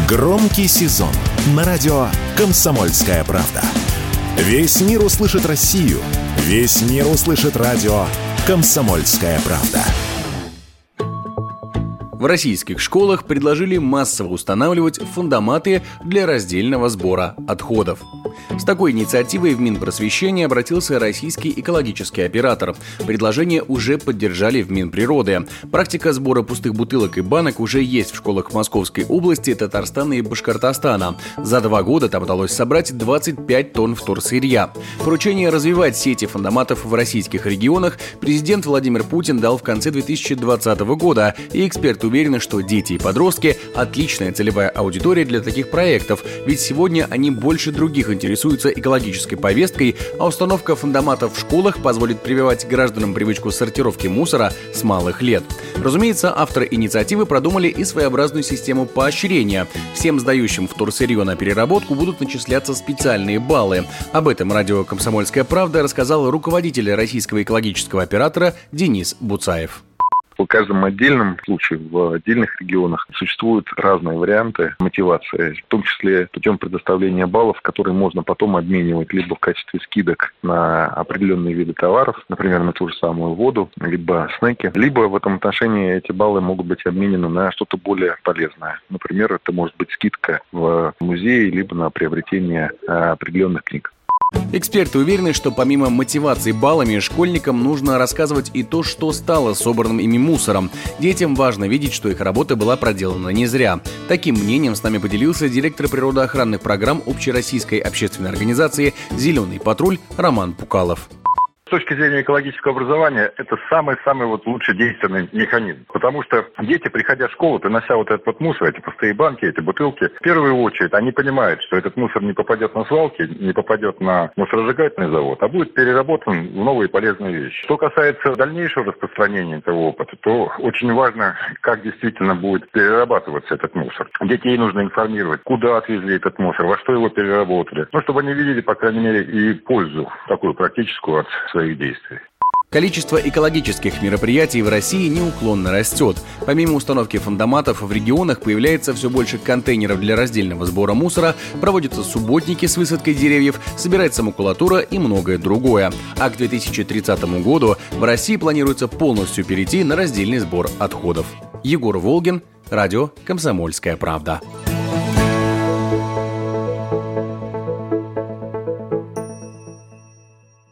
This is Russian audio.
Громкий сезон на радио «Комсомольская правда». Весь мир услышит Россию. Весь мир услышит радио «Комсомольская правда». В российских школах предложили массово устанавливать фундаматы для раздельного сбора отходов. С такой инициативой в Минпросвещение обратился российский экологический оператор. Предложение уже поддержали в Минприроды. Практика сбора пустых бутылок и банок уже есть в школах Московской области, Татарстана и Башкортостана. За 2 года там удалось собрать 25 тонн вторсырья. Поручение развивать сети фундаматов в российских регионах президент Владимир Путин дал в конце 2020 года, и эксперты уверены, что дети и подростки – отличная целевая аудитория для таких проектов, ведь сегодня они больше других интересуются экологической повесткой, а установка фундаматов в школах позволит прививать гражданам привычку сортировки мусора с малых лет. Разумеется, авторы инициативы продумали и своеобразную систему поощрения. Всем сдающим вторсырье на переработку будут начисляться специальные баллы. Об этом радио «Комсомольская правда» рассказал руководитель российского экологического оператора Денис Буцаев. В каждом отдельном случае, в отдельных регионах существуют разные варианты мотивации, в том числе путем предоставления баллов, которые можно потом обменивать либо в качестве скидок на определенные виды товаров, например, на ту же самую воду, либо снеки, либо в этом отношении эти баллы могут быть обменены на что-то более полезное. Например, это может быть скидка в музее, либо на приобретение определенных книг. Эксперты уверены, что помимо мотивации баллами, школьникам нужно рассказывать и то, что стало собранным ими мусором. Детям важно видеть, что их работа была проделана не зря. Таким мнением с нами поделился директор природоохранных программ общероссийской общественной организации «Зеленый патруль» Роман Пукалов. С точки зрения экологического образования, это самый лучший действенный механизм. Потому что дети, приходя в школу, принося вот этот мусор, эти пустые банки, эти бутылки, в первую очередь они понимают, что этот мусор не попадет на свалки, не попадет на мусоросжигательный завод, а будет переработан в новые полезные вещи. Что касается дальнейшего распространения этого опыта, то очень важно, как действительно будет перерабатываться этот мусор. Детей нужно информировать, куда отвезли этот мусор, во что его переработали. Чтобы они видели, по крайней мере, и пользу такую практическую от своих действий. Количество экологических мероприятий в России неуклонно растет. Помимо установки фундаматов, в регионах появляется все больше контейнеров для раздельного сбора мусора, проводятся субботники с высадкой деревьев, собирается макулатура и многое другое. А к 2030 году в России планируется полностью перейти на раздельный сбор отходов. Егор Волгин, радио «Комсомольская правда».